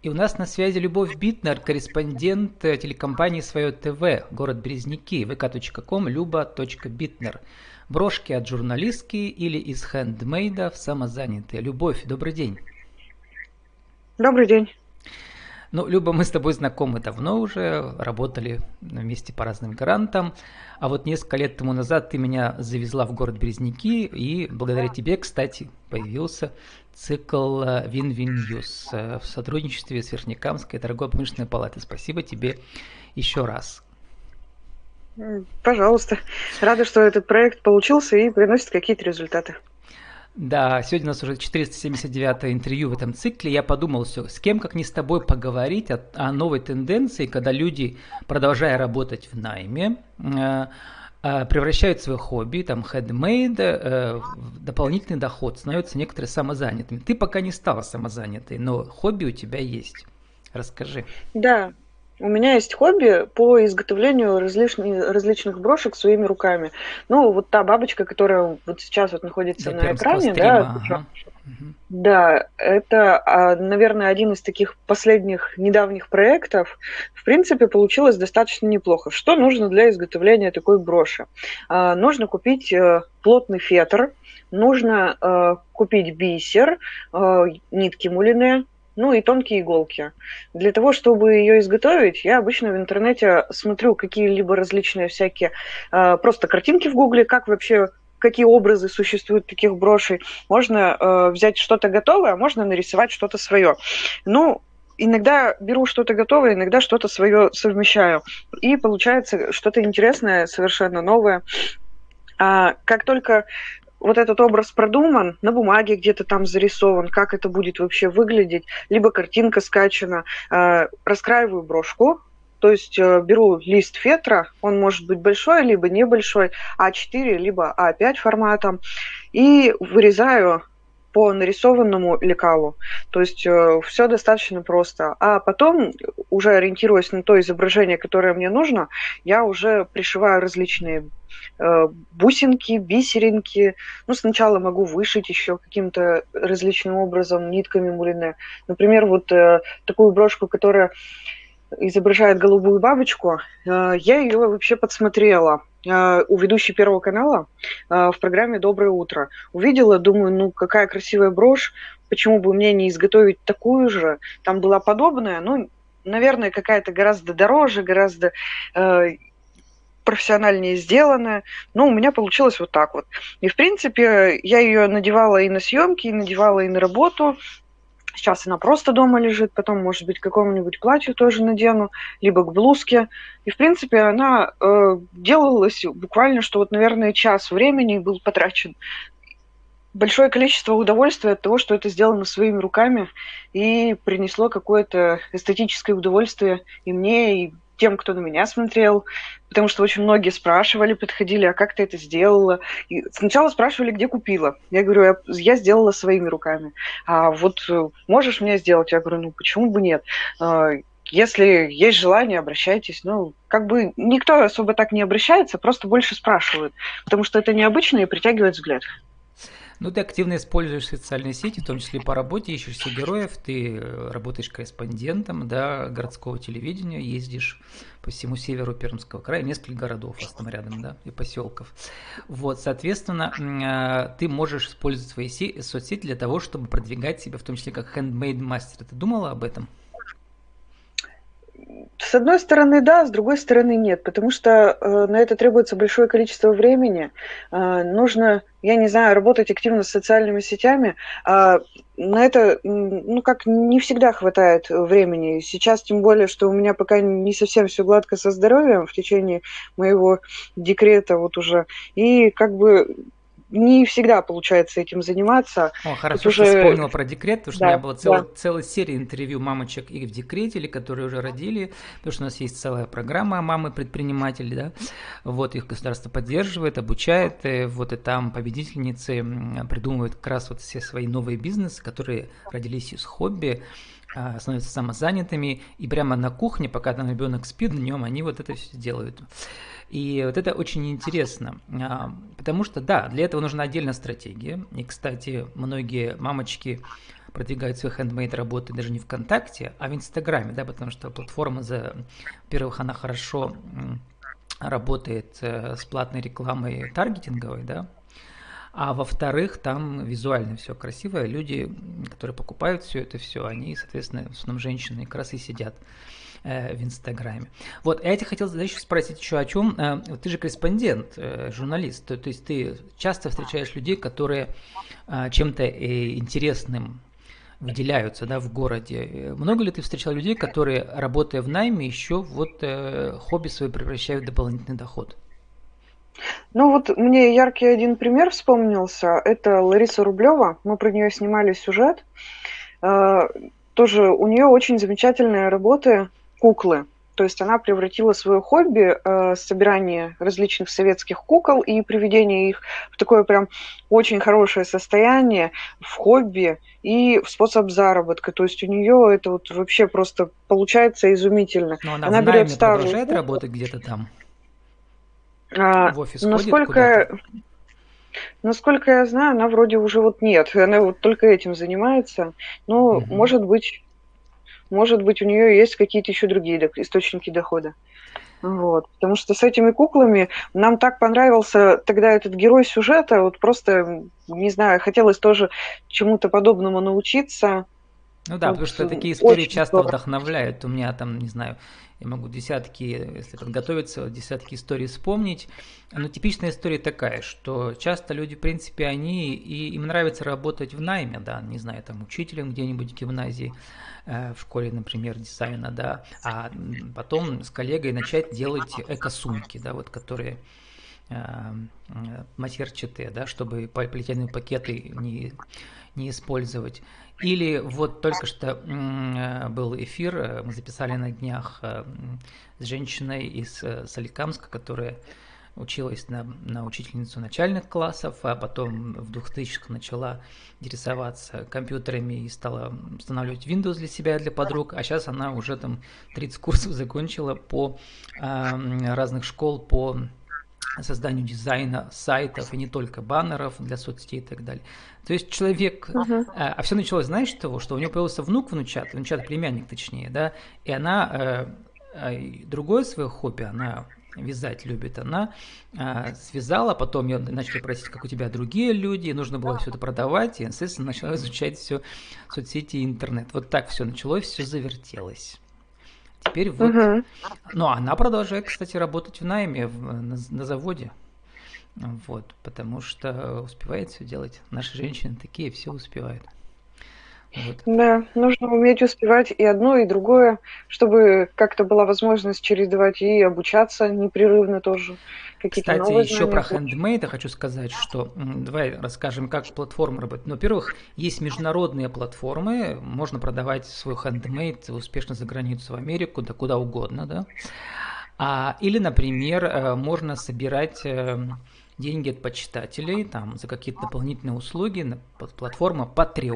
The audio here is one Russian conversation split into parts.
И у нас на связи Любовь Битнер, корреспондент телекомпании «Свое ТВ», город Березники, vk.com, luba.bitner. Брошки от журналистки или из хендмейда в самозанятые. Любовь, добрый день. Добрый день. Ну, Люба, мы с тобой знакомы давно уже, работали вместе по разным грантам. А вот несколько лет тому назад ты меня завезла в город Березники, и благодаря тебе, кстати, появился цикл Win-Win News в сотрудничестве с Верхнекамской торгово-промышленной палатой. Спасибо тебе еще раз. Пожалуйста. Рада, что этот проект получился и приносит какие-то результаты. Да, сегодня у нас уже 479-е интервью в этом цикле. Я подумал, все, с кем, как не с тобой, поговорить о новой тенденции, когда люди, продолжая работать в найме, превращают свое хобби, там, хендмейд, в дополнительный доход, становятся некоторые самозанятыми. Ты пока не стала самозанятой, но хобби у тебя есть. Расскажи. Да, у меня есть хобби по изготовлению различных брошек своими руками. Ну, вот та бабочка, которая вот сейчас вот находится Для на пермского экране, да, стрима, ага. Угу. да, это, наверное, один из таких последних недавних проектов. В принципе, получилось достаточно неплохо. Что нужно для изготовления такой броши? Нужно купить плотный фетр, нужно купить бисер, нитки мулине, ну и тонкие иголки. Для того, чтобы ее изготовить, я обычно в интернете смотрю какие-либо различные всякие просто картинки в гугле, как вообще какие образы существуют таких брошей. Можно взять что-то готовое, а можно нарисовать что-то свое. Ну, иногда беру что-то готовое, иногда что-то свое совмещаю. И получается что-то интересное, совершенно новое. Как только вот этот образ продуман, на бумаге где-то там зарисован, как это будет вообще выглядеть, либо картинка скачана, раскраиваю брошку, то есть беру лист фетра, он может быть большой, либо небольшой, А4, либо А5 форматом, и вырезаю по нарисованному лекалу. То есть все достаточно просто. А потом, уже ориентируясь на то изображение, которое мне нужно, я уже пришиваю различные бусинки, бисеринки. Ну, сначала могу вышить еще каким-то различным образом нитками мулине. Например, вот такую брошку, которая изображает голубую бабочку, я ее вообще подсмотрела у ведущей Первого канала в программе «Доброе утро». Увидела, думаю, ну какая красивая брошь, почему бы мне не изготовить такую же? Там была подобная, ну, наверное, какая-то гораздо дороже, гораздо профессиональнее сделанная, но у меня получилось вот так вот. И, в принципе, я ее надевала и на съемки, и надевала и на работу. Сейчас она просто дома лежит, потом, может быть, к какому-нибудь платью тоже надену, либо к блузке. И, в принципе, она делалась буквально, что вот, наверное, час времени был потрачен. Большое количество удовольствия от того, что это сделано своими руками и принесло какое-то эстетическое удовольствие и мне, и тем, кто на меня смотрел, потому что очень многие спрашивали, подходили, а как ты это сделала? И сначала спрашивали, где купила. Я говорю, я сделала своими руками. А вот можешь мне сделать? Я говорю, ну почему бы нет? Если есть желание, обращайтесь. Ну, как бы никто особо так не обращается, просто больше спрашивают, потому что это необычно и притягивает взгляд. Ну, ты активно используешь социальные сети, в том числе по работе, ищешь себе героев, ты работаешь корреспондентом, да, городского телевидения, ездишь по всему северу Пермского края, несколько городов, а там рядом, да, и поселков. Вот, соответственно, ты можешь использовать свои соцсети для того, чтобы продвигать себя, в том числе как хендмейд-мастер. Ты думала об этом? С одной стороны, да, с другой стороны, нет, потому что на это требуется большое количество времени. Нужно, я не знаю, работать активно с социальными сетями. На это, ну, как не всегда хватает времени. Сейчас, тем более, что у меня пока не совсем все гладко со здоровьем в течение моего декрета вот уже. И как бы не всегда получается этим заниматься. О, Тут хорошо, что уже, вспомнила про декрет, потому что у меня да, была да. целая серия интервью мамочек и в декрете, или которые уже родили, потому что у нас есть целая программа «Мамы-предприниматели», да, вот их государство поддерживает, обучает, вот и там победительницы придумывают как раз вот все свои новые бизнесы, которые родились из хобби, становятся самозанятыми, и прямо на кухне, пока там ребенок спит, днем они вот это все делают. И вот это очень интересно, потому что, да, для этого нужна отдельная стратегия. И, кстати, многие мамочки продвигают свои хендмейд работы даже не ВКонтакте, а в Инстаграме, да, потому что платформа, во-первых, она хорошо работает с платной рекламой таргетинговой, да, а во-вторых, там визуально все красивое. Люди, которые покупают все это все, они, соответственно, в основном женщины, как раз и сидят в Инстаграме. Вот, а я тебя хотел еще спросить еще о чем. Ты же корреспондент, журналист, то есть ты часто встречаешь людей, которые чем-то интересным выделяются, да, в городе. Много ли ты встречал людей, которые, работая в найме, еще вот хобби свое превращают в дополнительный доход? Ну вот мне яркий один пример вспомнился. Это Лариса Рублева. Мы про нее снимали сюжет. Тоже у нее очень замечательные работы куклы. То есть она превратила свое хобби, собирание различных советских кукол и приведение их в такое прям очень хорошее состояние, в хобби и в способ заработка. То есть у нее это вот вообще просто получается изумительно. Но она в Она берет найме старую продолжает куклу, работать где-то там? В офис ходит куда-то? насколько я знаю, она вроде уже вот нет. Она вот только этим занимается. Ну, Мгм. может быть, у нее есть какие-то еще другие источники дохода. Вот. Потому что с этими куклами нам так понравился тогда этот герой сюжета, вот просто, не знаю, хотелось тоже чему-то подобному научиться. Ну да, потому Вот, что такие истории очень часто здорово. вдохновляют. У меня там, не знаю, я могу десятки, если подготовиться, десятки историй вспомнить. Но типичная история такая, что часто люди, в принципе, им нравится работать в найме, да, не знаю, там, учителем где-нибудь в гимназии, в школе, например, дизайна, да, а потом с коллегой начать делать эко-сумки, да, вот, которые матерчатые, да, чтобы полиэтиленовые пакеты не использовать. Или вот только что был эфир, мы записали на днях с женщиной из Соликамска, которая училась на учительницу начальных классов, а потом в 2000-х начала интересоваться компьютерами и стала устанавливать Windows для себя и для подруг, а сейчас она уже там 30 курсов закончила по разных школ по созданию дизайна сайтов и не только баннеров для соцсетей и так далее. То есть человек... Мгм. А все началось, знаешь, с того, что у него появился внучат, племянник точнее, да, и она другое свое хобби, она вязать любит, она связала, потом ее начали просить, как у тебя другие люди, и нужно было все это продавать, и, естественно, начала изучать все соцсети и интернет. Вот так все началось, все завертелось. Теперь вот, Мгм. ну, она продолжает, кстати, работать в найме на заводе, вот, потому что успевает все делать. Наши женщины такие, все успевают. Вот. Да, нужно уметь успевать и одно, и другое, чтобы как-то была возможность чередовать и обучаться непрерывно тоже, какие-то Кстати, новые еще знания про получать. хендмейд я хочу сказать, что давай расскажем, как платформа работает. Ну, во-первых, есть международные платформы, можно продавать свой хендмейд успешно за границу, в Америку, да куда угодно, да. Или, например, можно собирать деньги от почитателей там, за какие-то дополнительные услуги. Платформа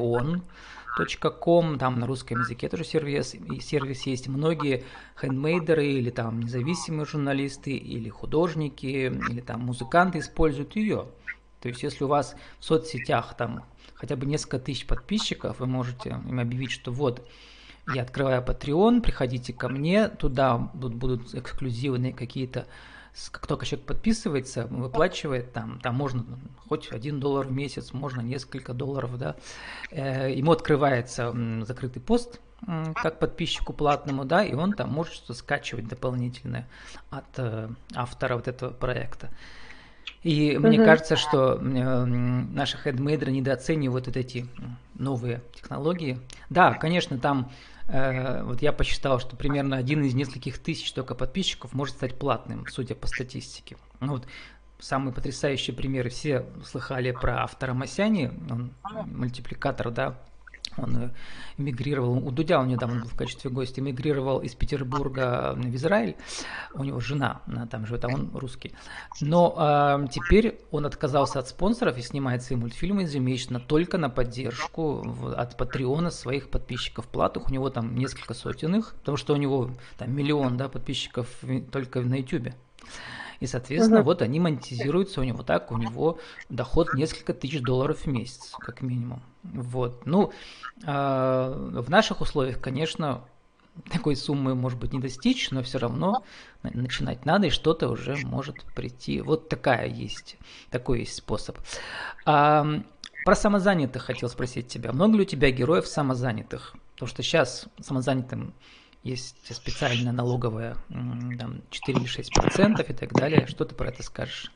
patreon.com, там на русском языке тоже сервис есть. Многие хендмейдеры или там независимые журналисты, или художники, или там музыканты используют ее. То есть, если у вас в соцсетях там хотя бы несколько тысяч подписчиков, вы можете им объявить, что вот, я открываю Patreon, приходите ко мне, туда будут эксклюзивные какие-то, как только человек подписывается, выплачивает, там можно хоть $1 в месяц, можно несколько долларов, да, ему открывается закрытый пост, как подписчику платному, да, и он там может что-то скачивать дополнительное от автора вот этого проекта. И мне Мгм. кажется, что наши хендмейдеры недооценивают вот эти новые технологии. Да, конечно, там вот я посчитал, что примерно один из нескольких тысяч только подписчиков может стать платным, судя по статистике. Ну вот самые потрясающие примеры все слыхали про автора Масяни, он мультипликатор, да, он эмигрировал, у Дудя он недавно был в качестве гостя, эмигрировал из Петербурга в Израиль, у него жена, она там живет, а он русский. Но теперь он отказался от спонсоров и снимает свои мультфильмы ежемесячно только на поддержку от Патреона своих подписчиков платных, у него там несколько сотен их, потому что у него там 1 миллион, да, подписчиков только на Ютубе. И, соответственно, вот они монетизируются у него так, у него доход несколько тысяч долларов в месяц, как минимум. Вот. Ну, в наших условиях, конечно, такой суммы, может быть, не достичь, но все равно начинать надо, и что-то уже может прийти. Вот такой есть способ. Про самозанятых хотел спросить тебя. Много ли у тебя героев самозанятых? Потому что сейчас самозанятым есть специальная налоговая, там, 4 или 6% и так далее. Что ты про это скажешь?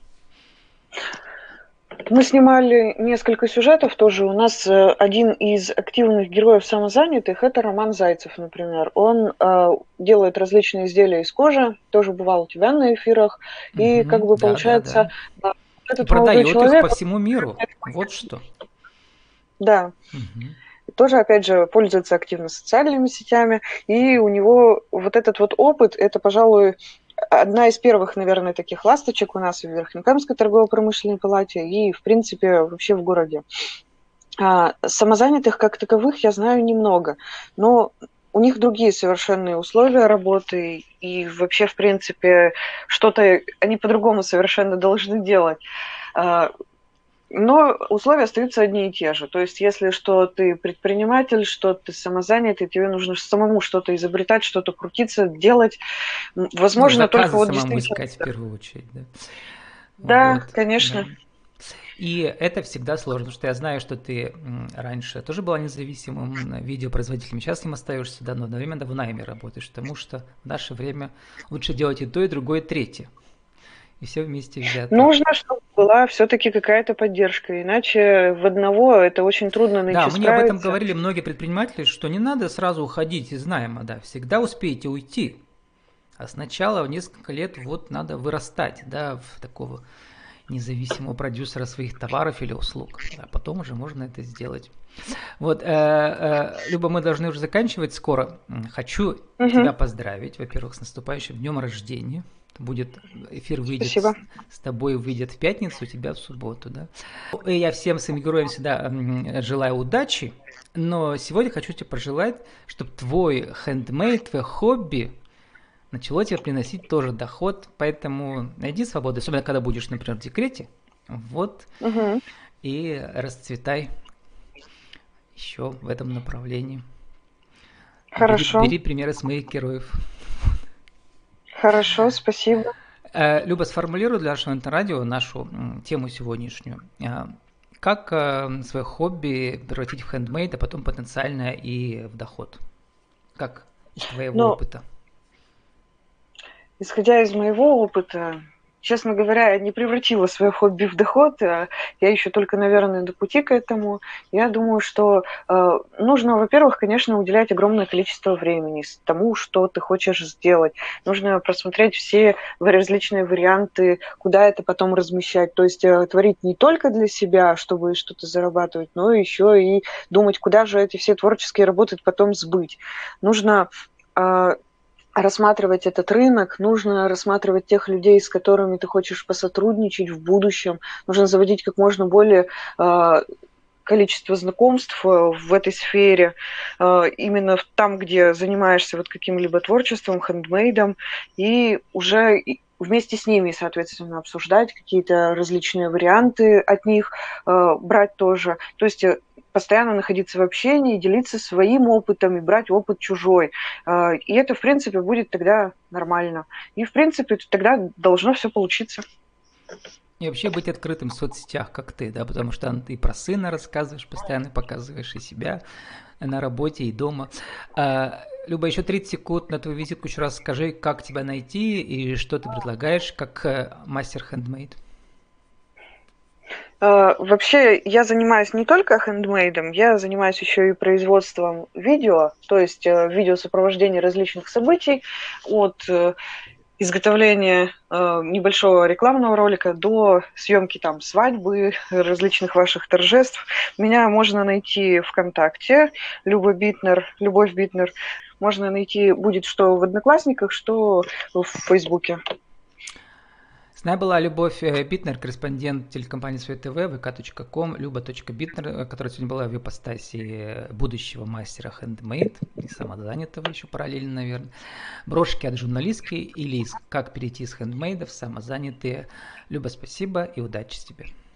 Мы снимали несколько сюжетов тоже. У нас один из активных героев самозанятых – это Роман Зайцев, например. Он делает различные изделия из кожи, тоже бывал у тебя на эфирах. И как бы получается, да. Этот и продает человек, их по всему миру. Вот что. Да. Тоже, опять же, пользуется активно социальными сетями. И у него вот этот вот опыт – это, пожалуй, одна из первых, наверное, таких ласточек у нас в Верхнекамской торгово-промышленной палате и, в принципе, вообще в городе. Самозанятых как таковых я знаю немного, но у них другие совершенные условия работы, и вообще, в принципе, что-то они по-другому совершенно должны делать. Но условия остаются одни и те же. То есть, если что ты предприниматель, что ты самозанятый, тебе нужно самому что-то изобретать, что-то крутиться, делать. Возможно, только вот самому действительно... искать в первую очередь, да? Да, вот, конечно. Да. И это всегда сложно, потому что я знаю, что ты раньше тоже была независимым видеопроизводителем, сейчас им остаешься, да, но одновременно в найме работаешь, потому что в наше время лучше делать и то, и другое, и третье. И все вместе взято. Нужно, чтобы была все-таки какая-то поддержка, иначе в одного это очень трудно найти. Да, мне об этом говорили многие предприниматели, что не надо сразу уходить из найма, да, всегда успеете уйти. А сначала в несколько лет вот надо вырастать, да, в такого независимого продюсера своих товаров или услуг. А потом уже можно это сделать. Вот, Люба, мы должны уже заканчивать скоро. Хочу тебя поздравить, во-первых, с наступающим днем рождения. Эфир выйдет с тобой, выйдет в пятницу, у тебя в субботу, да. И я всем своим героям всегда желаю удачи, но сегодня хочу тебе пожелать, чтобы твой хендмейд, твое хобби начало тебе приносить тоже доход, поэтому найди свободу, особенно когда будешь, например, в декрете, вот, и расцветай еще в этом направлении. Хорошо. Бери примеры с моих героев. Хорошо, спасибо. Люба, сформулируй для нашего интеррадио нашу тему сегодняшнюю. Как свое хобби превратить в хендмейд, а потом потенциально и в доход? Как из твоего опыта? Исходя из моего опыта, честно говоря, я не превратила свое хобби в доход, я еще только, наверное, до пути к этому. Я думаю, что нужно, во-первых, конечно, уделять огромное количество времени тому, что ты хочешь сделать. Нужно просмотреть все различные варианты, куда это потом размещать. То есть творить не только для себя, чтобы что-то зарабатывать, но еще и думать, куда же эти все творческие работы потом сбыть. Нужно рассматривать этот рынок, нужно рассматривать тех людей, с которыми ты хочешь посотрудничать в будущем, нужно заводить как можно более количество знакомств в этой сфере, именно там, где занимаешься вот каким-либо творчеством, хендмейдом, и уже вместе с ними, соответственно, обсуждать какие-то различные варианты от них, брать тоже. То есть постоянно находиться в общении, делиться своим опытом и брать опыт чужой. И это, в принципе, будет тогда нормально. И, в принципе, тогда должно все получиться. И вообще быть открытым в соцсетях, как ты, да, потому что ты про сына рассказываешь, постоянно показываешь и себя на работе, и дома. Люба, еще 30 секунд на твою визитку еще раз скажи, как тебя найти и что ты предлагаешь как мастер хендмейд. Вообще, я занимаюсь не только хендмейдом, я занимаюсь еще и производством видео, то есть видеосопровождение различных событий от изготовления небольшого рекламного ролика до съемки там свадьбы, различных ваших торжеств. Меня можно найти ВКонтакте, Любовь Битнер. Можно найти будет что в Одноклассниках, что в Фейсбуке. С нами была Любовь Битнер, корреспондент телекомпании Свет ТВ, vk.com, Люба.Битнер, которая сегодня была в ипостаси будущего мастера хендмейд, и самозанятого еще параллельно, наверное. Брошки от журналистки или как перейти с хендмейда в самозанятые. Люба, спасибо и удачи тебе.